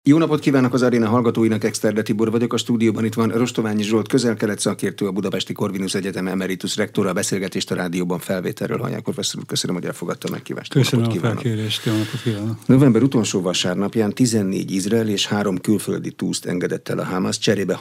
Jó napot kívánok az Aréna hallgatóinak, Exterde Tibor vagyok, a stúdióban itt van Rostoványi Zsolt, közel-kelet szakértő, a Budapesti Corvinus Egyetem emeritus rektora, a beszélgetést a rádióban felvételről hallják. Professzor úr, köszönöm, hogy elfogadta a meghívást. Köszönöm a felkérést, jó napot kívánok. November utolsó vasárnapján 14 izrael és 3 külföldi túszt engedett el a Hamas, cserébe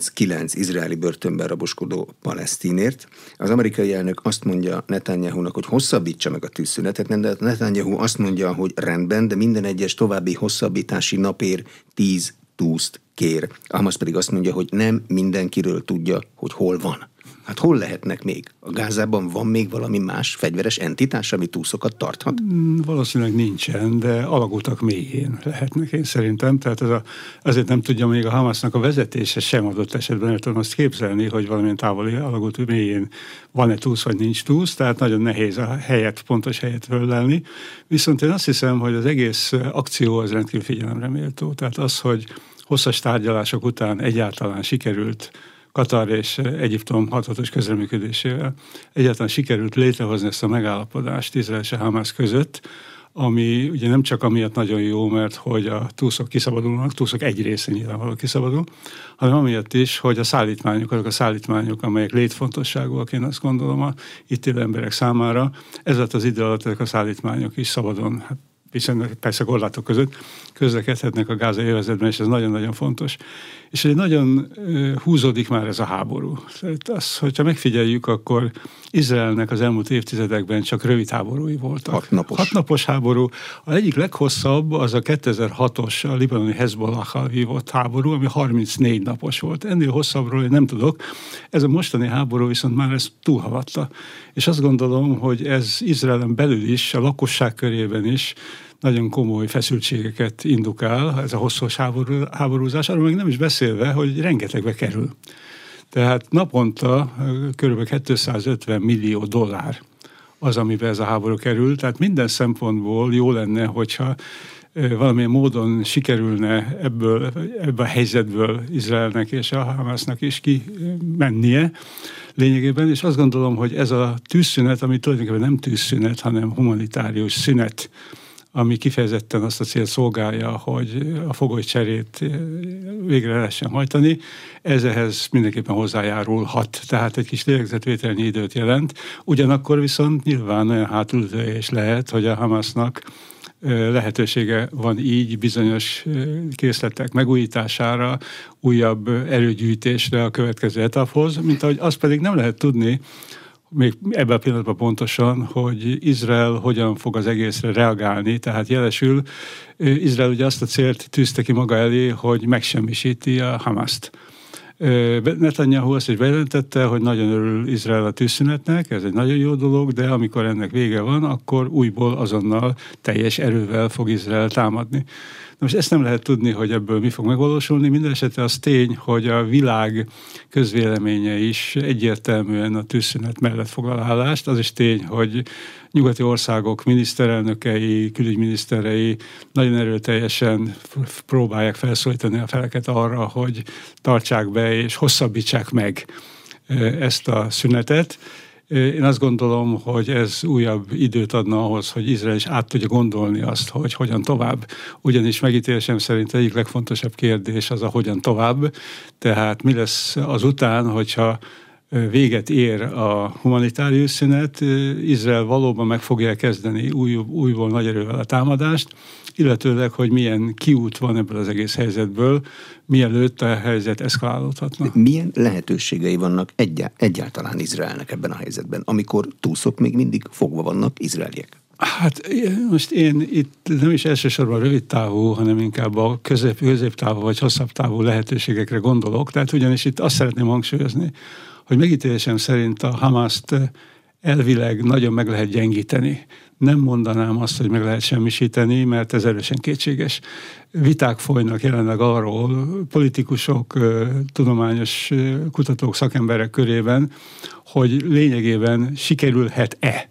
39 izraeli börtönben raboskodó palesztinért. Az amerikai elnök azt mondja Netanyahunak, hogy hosszabbítsa meg a tűzszünetet, de Netanyahu azt mondja, hogy rendben, de minden egyes további hosszabbítási napért 10 túszt kér. A Hamas pedig azt mondja, hogy nem mindenkiről tudja, hogy hol van. Hát hol lehetnek még? A Gázában van még valami más fegyveres entitás, ami túszokat tarthat? Valószínűleg nincsen, de alagutak mélyén lehetnek, én szerintem. Tehát azért nem tudja még a Hamasnak a vezetése sem adott esetben, el tudom azt képzelni, hogy valamilyen távoli alagút mélyén van-e túsz, vagy nincs túsz, tehát nagyon nehéz a pontos helyet föllelni. Viszont én azt hiszem, hogy az egész akció az rendkívül figyelemre méltó. Tehát az, hogy hosszas tárgyalások után egyáltalán sikerült Katar és Egyiptom hatatos közreműködésével egyáltalán sikerült létrehozni ezt a megállapodást Izrael és a Hamas között, ami ugye nem csak amiatt nagyon jó, mert hogy a túszok kiszabadulnak, túszok egy része nyilvánvalóan kiszabadul, hanem amiatt is, hogy a szállítmányok, azok a szállítmányok, amelyek létfontosságúak, én azt gondolom a itt élő emberek számára, ez alatt az idő alatt ezek a szállítmányok is szabadon, viszont persze korlátok között közlekedhetnek a gázai övezetben, és ez nagyon-nagyon fontos. És egy nagyon húzódik már ez a háború. Az, hogyha megfigyeljük, akkor Izraelnek az elmúlt évtizedekben csak rövid háborúi voltak. 6 napos. 6 napos háború. A egyik leghosszabb az a 2006-os a libanoni Hezbollahal vívott háború, ami 34 napos volt. Ennél hosszabbról én nem tudok. Ez a mostani háború viszont már ezt túlhalatta. És azt gondolom, hogy ez Izraelen belül is, a lakosság körében is nagyon komoly feszültségeket indukál, ez a hosszas háborúzás, arról meg nem is beszélve, hogy rengetegbe kerül. Tehát naponta kb. $250 millió az, amiben ez a háború kerül, tehát minden szempontból jó lenne, hogyha valamilyen módon sikerülne ebből a helyzetből Izraelnek és a Hamasnak is kimennie lényegében, és azt gondolom, hogy ez a tűzszünet, ami tulajdonképpen nem tűzszünet, hanem humanitárius szünet, ami kifejezetten azt a célt szolgálja, hogy a fogolycserét végre lehessen hajtani, ez ehhez mindenképpen hozzájárulhat. Tehát egy kis lélegzetvételnyi időt jelent. Ugyanakkor viszont nyilván olyan hátulütője is lehet, hogy a Hamasnak lehetősége van így bizonyos készletek megújítására, újabb erőgyűjtésre a következő etaphoz, mint ahogy azt pedig nem lehet tudni, még ebben a pillanatban pontosan, hogy Izrael hogyan fog az egészre reagálni, tehát jelesül Izrael ugye azt a célt tűzte ki maga elé, hogy megsemmisíti a Hamast. Netanyahu azt is bejelentette, hogy nagyon örül Izrael a tűzszünetnek, ez egy nagyon jó dolog, de amikor ennek vége van, akkor újból azonnal teljes erővel fog Izrael támadni. Most ezt nem lehet tudni, hogy ebből mi fog megvalósulni. Mindenesetre az tény, hogy a világ közvéleménye is egyértelműen a tűzszünet mellett foglal állást. Az is tény, hogy nyugati országok miniszterelnökei, külügyminiszterei nagyon erőteljesen próbálják felszólítani a feleket arra, hogy tartsák be és hosszabbítsák meg ezt a szünetet. Én azt gondolom, hogy ez újabb időt adna ahhoz, hogy Izrael is át tudja gondolni azt, hogy hogyan tovább. Ugyanis megítélésem szerint egyik legfontosabb kérdés az a hogyan tovább. Tehát mi lesz azután, hogyha véget ér a humanitárius szünet, Izrael valóban meg fogja kezdeni újból nagy erővel a támadást, illetőleg, hogy milyen kiút van ebből az egész helyzetből, mielőtt a helyzet eszkalálódhatna. Milyen lehetőségei vannak egyáltalán Izraelnek ebben a helyzetben, amikor túszok még mindig fogva vannak izraeliek? Hát most én itt nem is elsősorban rövid távú, hanem inkább a középtávú vagy hosszabb távú lehetőségekre gondolok. Tehát ugyanis itt azt szeretném hangsúlyozni, hogy megítélésem szerint a Hamast elvileg nagyon meg lehet gyengíteni. Nem mondanám azt, hogy meg lehet semmisíteni, mert ez erősen kétséges. Viták folynak jelenleg arról, politikusok, tudományos kutatók, szakemberek körében, hogy lényegében sikerülhet-e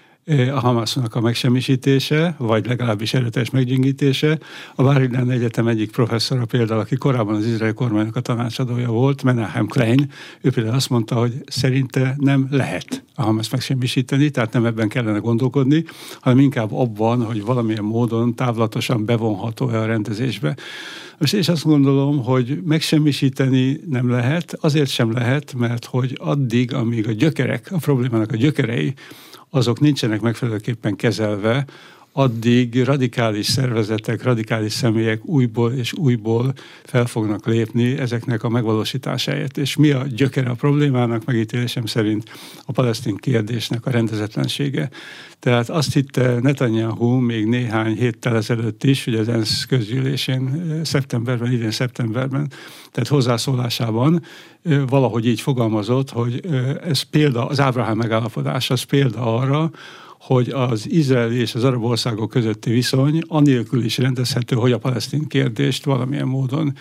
a Hamasnak a megsemmisítése, vagy legalábbis erőteljes meggyengítése. A Bar Ilan Egyetem egyik professzora például, aki korábban az izraeli kormánynak a tanácsadója volt, Menahem Klein, ő például azt mondta, hogy szerinte nem lehet a Hamaszt megsemmisíteni, tehát nem ebben kellene gondolkodni, hanem inkább abban, hogy valamilyen módon távlatosan bevonható-e a rendezésbe. Most én azt gondolom, hogy megsemmisíteni nem lehet, azért sem lehet, mert hogy addig, amíg a problémának a gyökerei, azok nincsenek megfelelőképpen kezelve, addig radikális szervezetek, radikális személyek újból és újból fel fognak lépni ezeknek a megvalósításáért. És mi a gyökere a problémának? Megítélésem szerint a palesztin kérdésnek a rendezetlensége. Tehát azt hitte Netanyahu még néhány héttel ezelőtt is, ugye az ENSZ közgyűlésén idén szeptemberben, tehát hozzászólásában valahogy így fogalmazott, hogy ez példa, az Ábrahám megállapodás, az példa arra, hogy az izraeli és az arab országok közötti viszony anélkül is rendezhető, hogy a palesztin kérdést valamilyen módon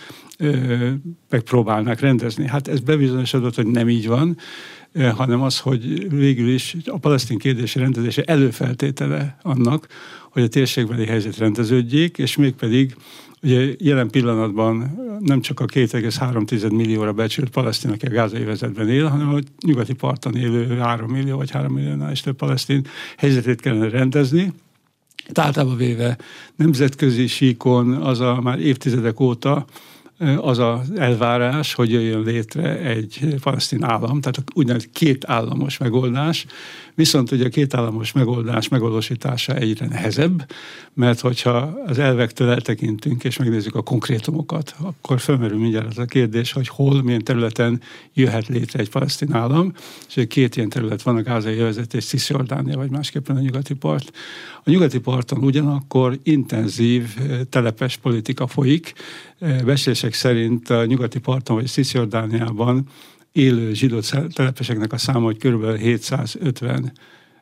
megpróbálnák rendezni. Hát ez bebizonyosodott, hogy nem így van, hanem az, hogy végül is a palesztin kérdés rendezése előfeltétele annak, hogy a térségbeli helyzet rendeződjék, és mégpedig ugye jelen pillanatban nem csak a 2,3 millióra becsült palesztin, aki a gázai övezetben él, hanem a nyugati parton élő 3 millió vagy 3 milliónál is több palesztin helyzetét kellene rendezni. Általában véve nemzetközi síkon az a már évtizedek óta az az elvárás, hogy jöjjön létre egy palesztin állam, tehát úgynevezett kétállamos megoldás, viszont ugye a kétállamos megoldás megvalósítása egyre nehezebb, mert hogyha az elvektől eltekintünk és megnézzük a konkrétumokat, akkor felmerül mindjárt az a kérdés, hogy hol, milyen területen jöhet létre egy palesztin állam, és két ilyen terület van, a gázai övezet és Cisjordánia, vagy másképpen a nyugati part. A nyugati parton ugyanakkor intenzív telepes politika folyik. Becslések szerint a nyugati parton vagy Cisjordániában élő zsidó telepeseknek a száma, hogy kb. 750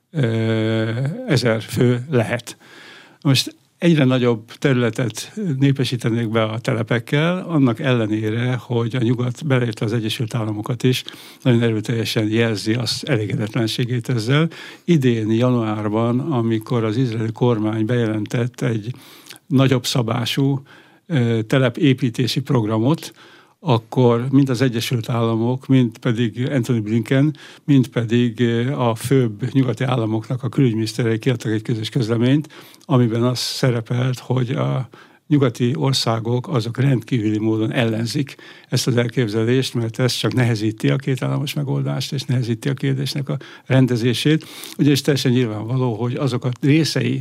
000 fő lehet. Most egyre nagyobb területet népesítenék be a telepekkel, annak ellenére, hogy a nyugat, beleértve az Egyesült Államokat is, nagyon erőteljesen jelzi az elégedetlenségét ezzel. Idén januárban, amikor az izraeli kormány bejelentett egy nagyobb szabású telepépítési programot, akkor mind az Egyesült Államok, mind pedig Antony Blinken, mind pedig a főbb nyugati államoknak a külügyminiszterei kiadtak egy közös közleményt, amiben az szerepelt, hogy a nyugati országok azok rendkívüli módon ellenzik ezt az elképzelést, mert ez csak nehezíti a kétállamos megoldást, és nehezíti a kérdésnek a rendezését. Ugyanis teljesen nyilvánvaló, hogy azok a részei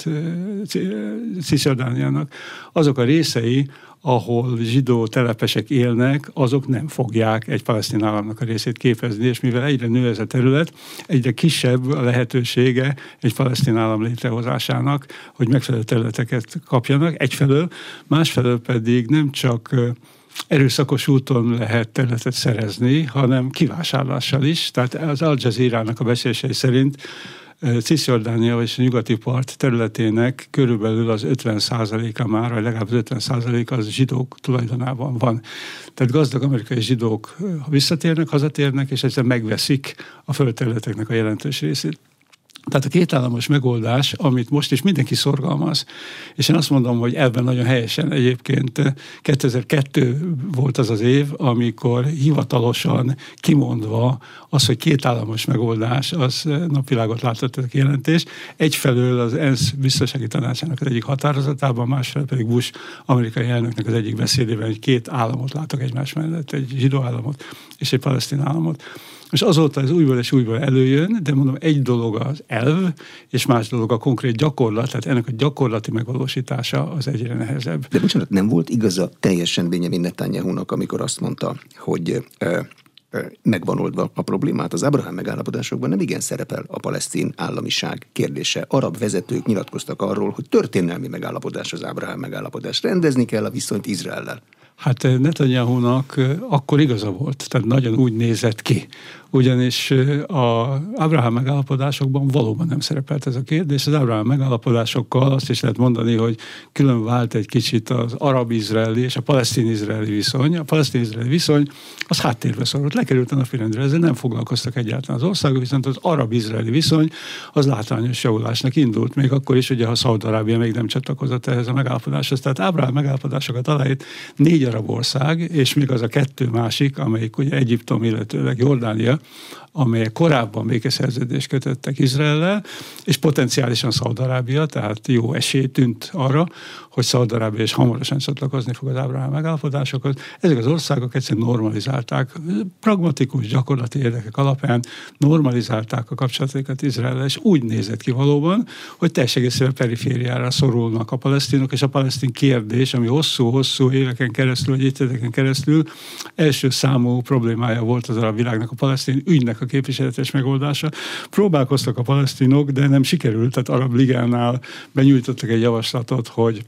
Cisjordániának, azok a részei, ahol zsidó telepesek élnek, azok nem fogják egy palesztin államnak a részét képezni, és mivel egyre nő ez a terület, egyre kisebb a lehetősége egy palesztin állam létrehozásának, hogy megfelelő területeket kapjanak egyfelől, másfelől pedig nem csak erőszakos úton lehet területet szerezni, hanem kivásárlással is. Tehát az Al Jazeera-nak a becslései szerint Cisjordánia és a nyugati part területének körülbelül az 50%-a már, vagy legalább az 50% az zsidók tulajdonában van. Tehát gazdag amerikai zsidók visszatérnek, hazatérnek, és egyszerűen megveszik a földterületeknek a jelentős részét. Tehát a kétállamos megoldás, amit most is mindenki szorgalmaz, és én azt mondom, hogy ebben nagyon helyesen egyébként 2002 volt az az év, amikor hivatalosan kimondva az, hogy kétállamos megoldás, az napvilágot látott a kijelentés. Egyfelől az ENSZ biztonsági tanácsának az egyik határozatában, másfelől pedig Bush amerikai elnöknek az egyik beszédében, hogy két államot látok egymás mellett, egy zsidó államot és egy palesztin államot. És azóta ez újból és újból előjön, de mondom, egy dolog az elv, és más dolog a konkrét gyakorlat, tehát ennek a gyakorlati megvalósítása az egyre nehezebb. De bocsánat, nem volt igaza teljesen Benjamin Netanyahunak, amikor azt mondta, hogy megvan oldva a problémát. Az Ábrahám megállapodásokban nem igen szerepel a palesztin államiság kérdése. Arab vezetők nyilatkoztak arról, hogy történelmi megállapodás az Ábrahám megállapodás. Rendezni kell a viszonyt Izraellel. Hát Netanyahunak akkor igaza volt, tehát nagyon úgy nézett ki. Ugyanis az Ábrahám megállapodásokban valóban nem szerepelt ez a kérdés. Az Ábrahám megállapodásokkal azt is lehet mondani, hogy külön vált egy kicsit az arab-izraeli és a palesztin-izraeli viszony. A palesztin-izraeli viszony az háttérbe szorult, lekerült a napirendre, ezzel nem foglalkoztak egyáltalán az országok, viszont az arab-izraeli viszony az látványos javulásnak indult, még akkor is, ugye, ha Szaúd-Arábia még nem csatlakozott ehhez a megállapodáshoz. Tehát Ábrahám megállapodásokat aláírt 4 arab ország, és még az a kettő másik, amelyik ugye Egyiptom, illetőleg Jordánia, amelyek korábban békeszerződést kötöttek Izraellel, és potenciálisan Szaúd-Arábia, tehát jó esély tűnt arra, hogy Szaúd-Arábia is hamarosan csatlakozni fog az Ábrahám megállapodásokhoz. Ezek az országok egyszerűen normalizálták, pragmatikus, gyakorlati érdekek alapján normalizálták a kapcsolatokat Izraellel, és úgy nézett ki valóban, hogy teljes egészében perifériára szorulnak a palesztinok, és a palesztin kérdés, ami hosszú-hosszú éveken keresztül, vagy évtizedeken keresztül első számú problémája volt az arab világnak, a palesztin ügynek a képviseletes megoldása. Próbálkoztak a palesztinok, de nem sikerült, tehát Arab Ligánál benyújtottak egy javaslatot, hogy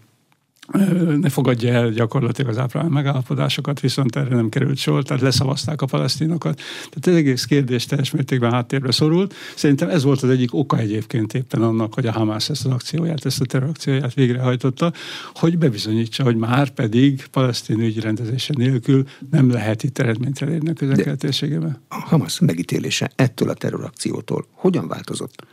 ne fogadja el gyakorlatilag az Ábrahám megállapodásokat, viszont erre nem került sor, tehát leszavazták a palesztinokat. Tehát az egész kérdés teljes mértékben háttérbe szorult. Szerintem ez volt az egyik oka egyébként éppen annak, hogy a Hamász ezt az akcióját, ezt a terrorakcióját végrehajtotta, hogy bebizonyítsa, hogy már pedig palesztin ügy rendezése nélkül nem lehet itt eredményt elérni a Közel-Kelet térségében. A Hamász megítélése ettől a terrorakciótól hogyan változott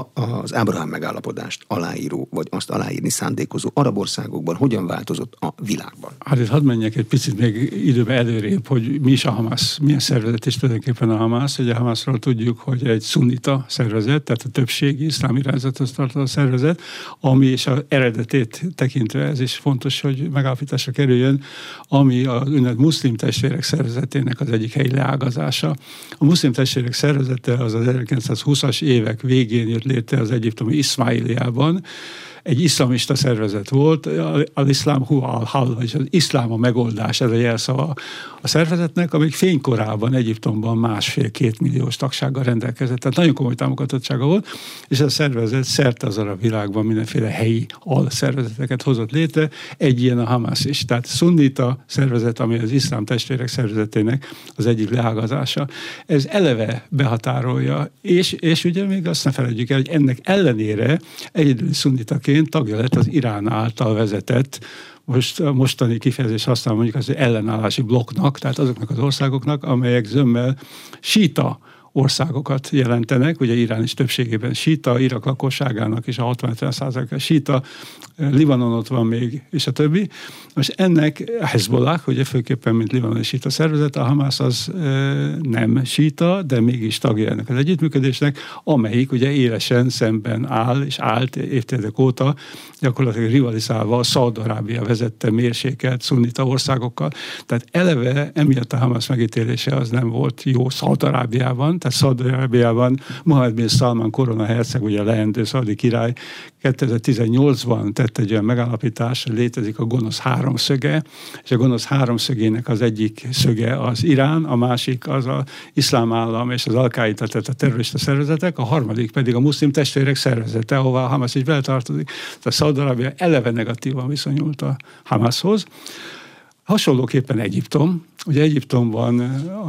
az Ábrahám megállapodást aláíró, vagy azt aláírni szándékozó arab országokban, hogyan változott a világban? Hát itt hadd menjek egy picit még időbe előrébb, hogy mi is a Hamász, milyen szervezet is tulajdonképpen a Hamász. Ugye a Hamászról tudjuk, hogy egy szunnita szervezet, tehát a többségi iszlám irányzathoz tartozó szervezet, ami és az eredetét tekintve ez is fontos, hogy megállapításra kerüljön, ami a úgynevezett muszlim testvérek szervezetének az egyik helyi leágazása. A muszlim testvérek szervezete az 1920-as évek végén jött létre az egyiptomi Iszmáiliában. Egy iszlamista szervezet volt, al-iszlám huwa al-hal, vagyis az iszlám a megoldás, ez a jelszava a szervezetnek, amíg fénykorában Egyiptomban 1,5-2 milliós tagsággal rendelkezett. Tehát nagyon komoly támogatottsága volt, és ez a szervezet szerte az arab világban mindenféle helyi alszervezeteket hozott létre, egy ilyen a Hamász is. Tehát szunnita szervezet, ami az iszlám testvérek szervezetének az egyik leágazása. Ez eleve behatárolja, és ugye még azt ne felejtjük el, hogy ennek ellenére egyedül szunnitaként tagja lett az Irán által vezetett, most a mostani kifejezés használom mondjuk az ellenállási blokknak, tehát azoknak az országoknak, amelyek zömmel síta országokat jelentenek, ugye Irán is többségében síta, Irak lakosságának is a 60-70%-a síta, Libanon ott van még, és a többi. Most ennek Hezbollah, ugye főképpen, mint libanoni síta szervezet, a Hamász az nem síta, de mégis tagja ennek az együttműködésnek, amelyik ugye élesen szemben áll, és állt évtizedek óta, gyakorlatilag rivalizálva a Szaúd-Arábia vezette mérsékelt szunnita országokkal. Tehát eleve emiatt a Hamász megítélése az nem volt jó Szaúd-Arábiában, tehát Szaúd-Arábiában Mohammed bin Salman korona herceg, ugye leendő szaudi király 2018-ban tett egy olyan megállapítás, hogy létezik a gonosz háromszöge, és a gonosz háromszögének az egyik szöge az Irán, a másik az az iszlám állam és az al-Qaida, tehát a terrorista szervezetek, a harmadik pedig a muszlim testvérek szervezete, ahová a Hamász is beletartozik. Tehát Szaúd-Arábia eleve negatívan viszonyult a Hamászhoz. Hasonlóképpen Egyiptom. Ugye Egyiptomban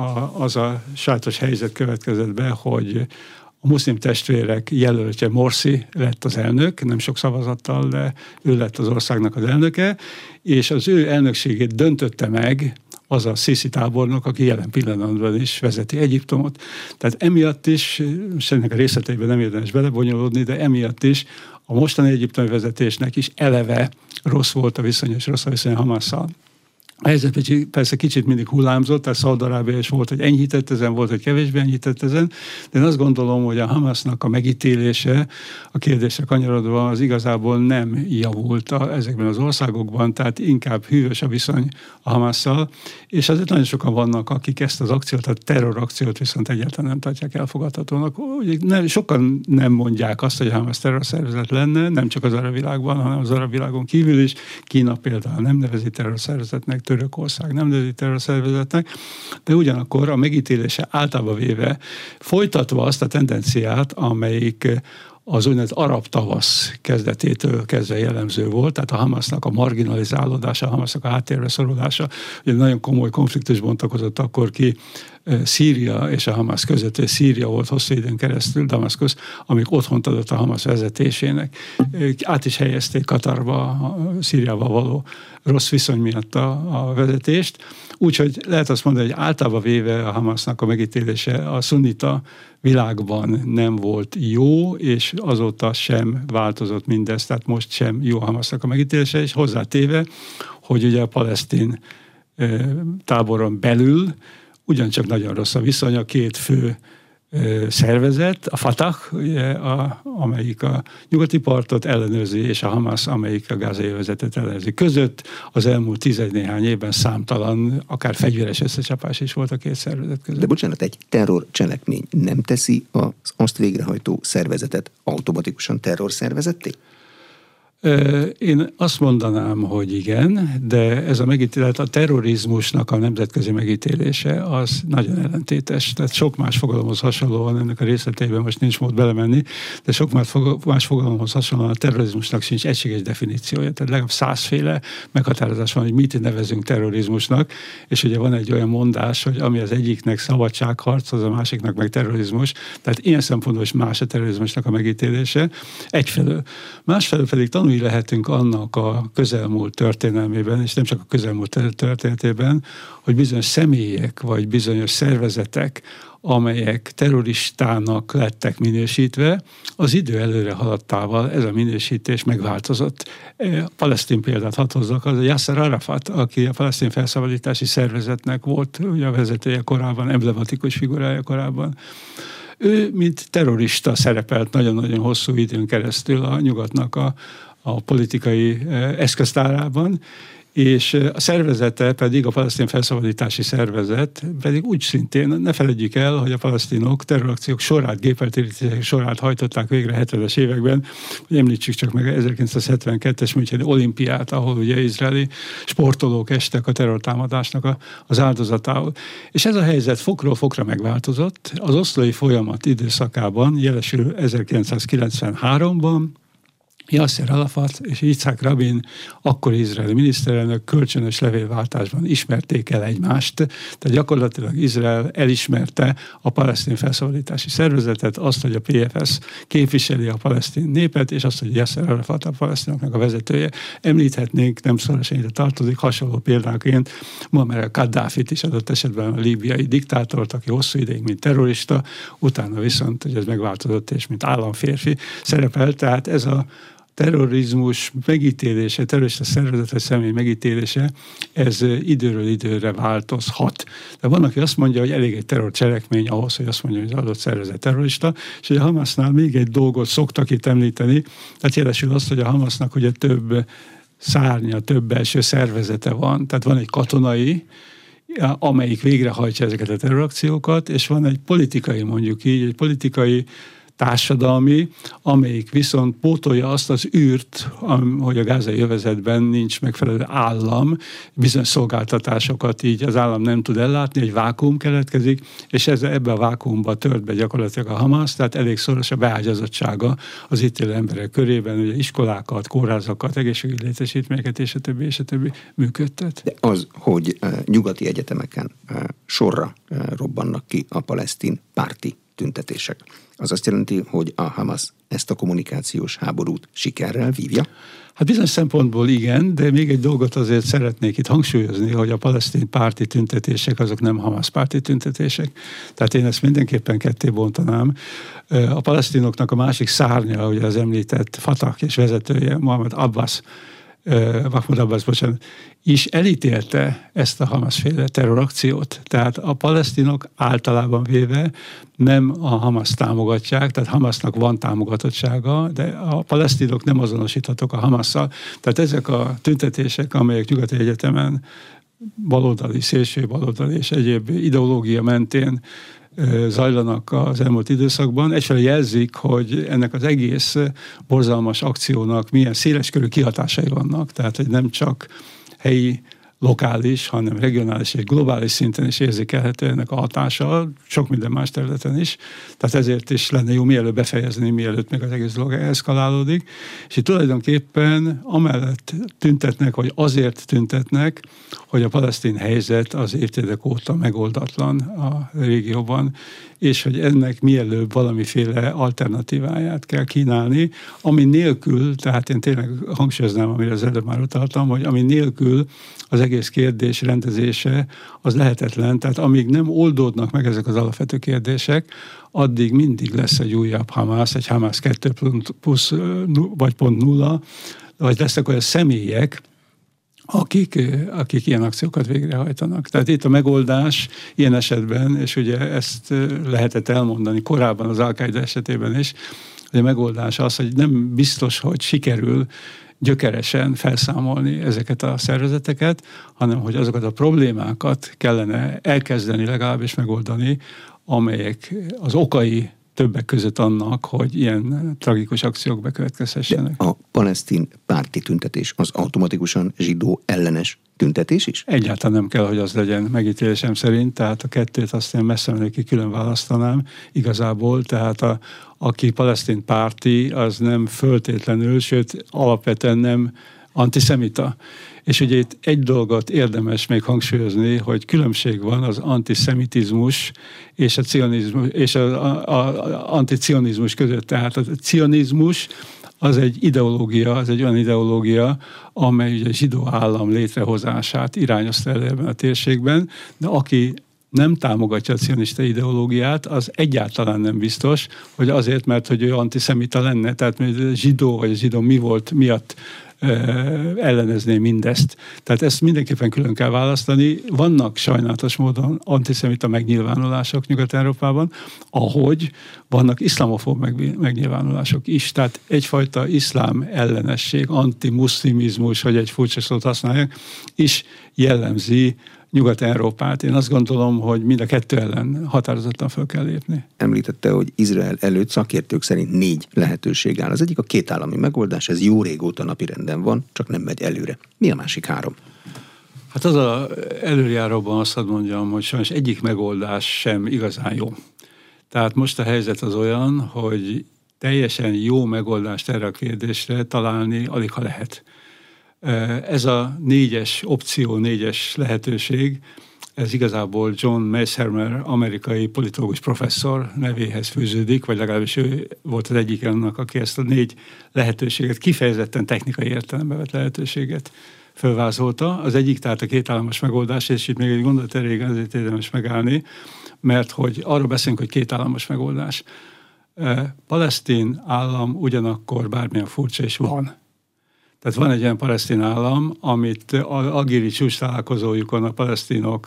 az a sajátos helyzet következett be, hogy a muszlim testvérek jelöltje Morsi lett az elnök, nem sok szavazattal, de ő lett az országnak az elnöke, és az ő elnökségét döntötte meg az a Sziszi tábornok, aki jelen pillanatban is vezeti Egyiptomot. Tehát emiatt is, és ennek a részleteiben nem érdemes belebonyolódni, de emiatt is a mostani egyiptomi vezetésnek is eleve rossz volt a viszony, és rossz a viszony a Hamásszal. A helyzet persze kicsit mindig hullámzott, tehát Szaúd-Arábia is volt, hogy enyhített ezen, volt, hogy kevésbé enyhített ezen, de én azt gondolom, hogy a Hamásznak a megítélése, a kérdésre kanyarodva az igazából nem javult ezekben az országokban, tehát inkább hűvös a viszony a Hamásszal, és azért nagyon sokan vannak, akik ezt az akciót, a terrorakciót viszont egyáltalán nem tartják elfogadhatónak. Sokan nem mondják azt, hogy a Hamász terrorszervezet lenne, nem csak az arab világban, hanem az arab világon kívül is. Kína például nem nevezi terrorszervezetnek, Törökország nem nevezi terrorszervezetnek, de ugyanakkor a megítélése általában véve folytatva azt a tendenciát, amelyik az úgynevezett arab tavasz kezdetétől kezdve jellemző volt, tehát a Hamásznak a marginalizálódása, a Hamásznak a háttérbe szorulása, ugye nagyon komoly konfliktus bontakozott akkor ki Szíria és a Hamász között, és Szíria volt hosszú időn keresztül, Damaszkusz, amíg otthont adott a Hamász vezetésének. Át is helyezték Katarba, Szíriával való rossz viszony miatt a vezetést. Úgyhogy lehet azt mondani, hogy általában véve a Hamásznak a megítélése a szunnita világban nem volt jó, és azóta sem változott mindez, tehát most sem jó a Hamásznak a megítélése, és hozzátéve, hogy ugye a palesztin táboron belül ugyancsak nagyon rossz a viszony a két fő szervezet, a Fatah, ugye, amelyik a nyugati partot ellenőrzi, és a Hamas, amelyik a gázai övezetet ellenőrzi. Között az elmúlt 10 néhány évben számtalan, akár fegyveres összecsapás is volt a két szervezet között. De bocsánat, egy terrorcselekmény nem teszi az azt végrehajtó szervezetet automatikusan terrorszervezetté? Én azt mondanám, hogy igen, de ez a megítélet, a terrorizmusnak a nemzetközi megítélése az nagyon ellentétes. Tehát sok más fogalomhoz hasonlóan, ennek a részleteiben most nincs mód belemenni, de sok más fogalomhoz hasonlóan a terrorizmusnak sincs egységes definíciója. Tehát legalább 100 féle meghatározás van, hogy mit nevezünk terrorizmusnak, és ugye van egy olyan mondás, hogy ami az egyiknek szabadságharc, az a másiknak meg terrorizmus. Tehát ilyen szempontból is más a terrorizmusnak a megítélése. Egyfelől. Másfelől pedig tanulni lehetünk annak a közelmúlt történelmében, és nem csak a közelmúlt történetében, hogy bizonyos személyek, vagy bizonyos szervezetek, amelyek terroristának lettek minősítve, az idő előre haladtával ez a minősítés megváltozott. Palesztin példát hadd hozzak, az a Yasser Arafat, aki a palesztin felszabadítási szervezetnek volt ugye a vezetője korábban, emblematikus figurája korábban. Ő, mint terrorista szerepelt nagyon-nagyon hosszú időn keresztül a nyugatnak a politikai eszköztárában, és a szervezete pedig, a palesztin felszabadítási szervezet pedig úgy szintén, ne feledjük el, hogy a palesztinok terrorakciók sorát, gépeltérítések sorát hajtották végre 70-es években, hogy említsük csak meg 1972-es Müncheni olimpiát, ahol ugye izraeli sportolók estek a terrortámadásnak az áldozatául. És ez a helyzet fokról fokra megváltozott. Az oszlói folyamat időszakában, jelesül 1993-ban, Yasser Arafat és Yitzhak Rabin, akkor izraeli miniszterelnök kölcsönös levélváltásban ismerték el egymást, tehát gyakorlatilag Izrael elismerte a palesztin felszabadítási szervezetet, azt, hogy a PFS képviseli a palesztin népet, és azt, hogy Yasser Arafat a palesztinoknak a vezetője. Említhetnénk, nem szorosan ide tartozik, hasonló példáként Muammar Kaddafit is, adott esetben a líbiai diktátort, aki hosszú ideig mint terrorista, utána viszont, hogy ez megváltozott, és mint államférfi szerepel, tehát ez a terrorizmus megítélése, terrorista szervezet vagy személy megítélése, ez időről időre változhat. De van, aki azt mondja, hogy elég egy terrorcselekmény ahhoz, hogy azt mondja, hogy az adott szervezet terrorista, és a Hamasnál még egy dolgot szoktak itt említeni, tehát jelesül azt, hogy a Hamasnak ugye több szárnya, több belső szervezete van, tehát van egy katonai, amelyik végrehajtja ezeket a terrorakciókat, és van egy politikai, mondjuk így, egy politikai társadalmi, amelyik viszont pótolja azt az űrt, hogy a gázai övezetben nincs megfelelő állam, bizonyos szolgáltatásokat így az állam nem tud ellátni, egy vákuum keletkezik, és ebbe a vákuumba tört be gyakorlatilag a Hamas, tehát elég szoros a beágyazottsága az itt élő emberek körében, ugye iskolákat, kórházakat, egészségügyi létesítményeket és a többi működtet. De az, hogy nyugati egyetemeken sorra robbannak ki a palesztin párti tüntetések, az azt jelenti, hogy a Hamas ezt a kommunikációs háborút sikerrel vívja? Hát bizonyos szempontból igen, de még egy dolgot azért szeretnék itt hangsúlyozni, hogy a palesztin párti tüntetések azok nem Hamas párti tüntetések. Tehát én ezt mindenképpen ketté bontanám. A palesztinoknak a másik szárnya, ugye az említett Fatah és vezetője, Mahmoud Abbas, is elítélte ezt a Hamas-féle terrorakciót. Tehát a palesztinok általában véve nem a Hamas támogatják, tehát Hamasnak van támogatottsága, de a palesztinok nem azonosíthatók a Hamasszal. Tehát ezek a tüntetések, amelyek nyugati egyetemen baloldali, szélső baloldali és egyéb ideológia mentén zajlanak az elmúlt időszakban, egyfelől jelzik, hogy ennek az egész borzalmas akciónak milyen széleskörű kihatásai vannak, tehát hogy nem csak helyi, lokális, hanem regionális és globális szinten is érzékelhető ennek a hatása, sok minden más területen is. Tehát ezért is lenne jó mielőtt befejezni, mielőtt még az egész dolog eszkalálódik. És itt tulajdonképpen amellett tüntetnek, vagy azért tüntetnek, hogy a palesztin helyzet az évtizedek óta megoldatlan a régióban, és hogy ennek mielőbb valamiféle alternatíváját kell kínálni, ami nélkül, tehát én tényleg hangsúlyoznám, amire az előbb már utaltam, hogy ami nélkül az egész kérdés rendezése az lehetetlen, tehát amíg nem oldódnak meg ezek az alapvető kérdések, addig mindig lesz egy újabb Hamas, egy Hamas 2.0, vagy lesznek olyan személyek, akik ilyen akciókat végrehajtanak. Tehát itt a megoldás ilyen esetben, és ugye ezt lehetett elmondani korábban az Al-Qaida esetében is, hogy a megoldás az, hogy nem biztos, hogy sikerül gyökeresen felszámolni ezeket a szervezeteket, hanem hogy azokat a problémákat kellene elkezdeni legalábbis megoldani, amelyek az okai többek között annak, hogy ilyen tragikus akciók bekövetkezhessenek. De a palesztin párti tüntetés az automatikusan zsidó ellenes tüntetés is? Egyáltalán nem kell, hogy az legyen megítélésem szerint, tehát a kettőt azt én messze menőkig külön választanám igazából, tehát aki palesztin párti, az nem föltétlenül, sőt alapvetően nem antiszemita. És ugye itt egy dolgot érdemes még hangsúlyozni, hogy különbség van az antiszemitizmus és a cionizmus, és az anticionizmus között. Tehát a cionizmus az egy ideológia, az egy olyan ideológia, amely ugye a zsidó állam létrehozását irányozta elő ebben a térségben, de aki nem támogatja a cionista ideológiát, az egyáltalán nem biztos, hogy azért, mert hogy ő antiszemita lenne, tehát zsidó vagy zsidó mi volt miatt ellenezni mindezt. Tehát ezt mindenképpen külön kell választani. Vannak sajnálatos módon antiszemita megnyilvánulások Nyugat-Európában, ahogy vannak iszlamofób megnyilvánulások is. Tehát egyfajta iszlám ellenesség, antimuszlimizmus, hogy egy furcsa szót használják, is jellemzi Nyugat-Európát. Én azt gondolom, hogy mind a kettő ellen határozottan fel kell lépni. Említette, hogy Izrael előtt szakértők szerint 4 lehetőség áll. Az egyik a kétállami megoldás, ez jó régóta napirenden van, csak nem megy előre. Mi a másik 3? Hát előjáróban azt mondjam, hogy sajnos egyik megoldás sem igazán jó. Tehát most a helyzet az olyan, hogy teljesen jó megoldást erre a kérdésre találni alig ha lehet. Ez a 4-es opció, 4-es lehetőség, ez igazából John Mearsheimer, amerikai politológus professzor nevéhez fűződik, vagy legalábbis ő volt az egyik annak, aki ezt a 4 lehetőséget, kifejezetten technikai értelembe vett lehetőséget fölvázolta. Az egyik, tehát a kétállamos megoldás, és itt még egy gondolat elég, ezért érdemes megállni, mert hogy arról beszélünk, hogy kétállamos megoldás. Palesztin állam ugyanakkor bármilyen furcsa is van. Tehát van egy olyan palesztin állam, amit algíri csúcs találkozójukon a palesztinok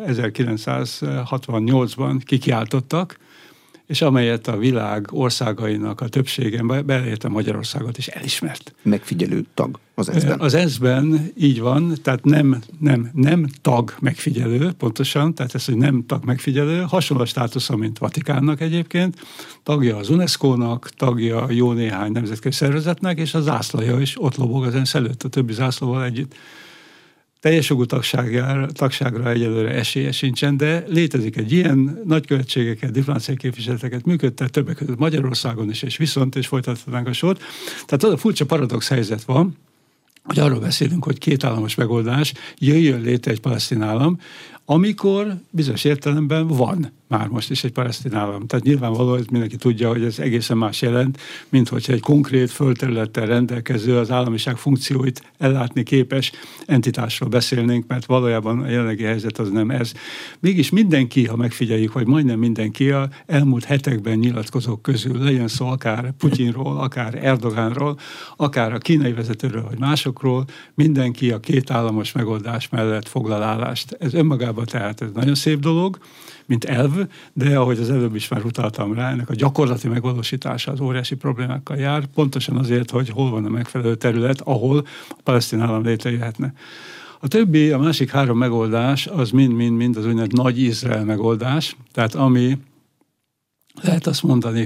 1968-ban kikiáltottak, és amelyet a világ országainak a többségen, beleértve Magyarországot is elismert. Megfigyelő tag az ENSZ-ben. Az ENSZ-ben így van, tehát nem tag megfigyelő, pontosan, tehát ez, hogy nem tag megfigyelő, hasonló státusza, mint Vatikánnak egyébként, tagja az UNESCO-nak, tagja jó néhány nemzetközi szervezetnek, és a zászlaja is ott lobog az ENSZ előtt, a többi zászlóval együtt. Teljes jogú tagságra egyelőre esélye sincsen, de létezik egy ilyen nagykövetségeket, diplomáciai képviseleteket működtet, többek között Magyarországon is, és viszont, és folytathatnánk a sort. Tehát az a furcsa paradox helyzet van, hogy arról beszélünk, hogy kétállamos megoldás, jöjjön létre egy palesztin állam, amikor bizonyos értelemben van már most is egy palesztin állam. Tehát nyilvánvaló, hogy mindenki tudja, hogy ez egészen más jelent, mint hogyha egy konkrét földterülettel rendelkező, az államiság funkcióit ellátni képes entitásról beszélnénk, mert valójában a jelenlegi helyzet az nem ez. Mégis mindenki, ha megfigyeljük, vagy majdnem mindenki a elmúlt hetekben nyilatkozók közül, legyen szó akár Putyinról, akár Erdogánról, akár a kínai vezetőről, vagy másokról, mindenki a kétállamos megoldás mellett foglal állást. Ez önmagában tehát ez nagyon szép dolog, mint elv, de ahogy az előbb is már utaltam rá, ennek a gyakorlati megvalósítása az óriási problémákkal jár, pontosan azért, hogy hol van a megfelelő terület, ahol a palesztin állam létrejöhetne. A többi, a másik 3 megoldás, az mind az úgynevezett nagy Izrael megoldás, tehát ami lehet azt mondani,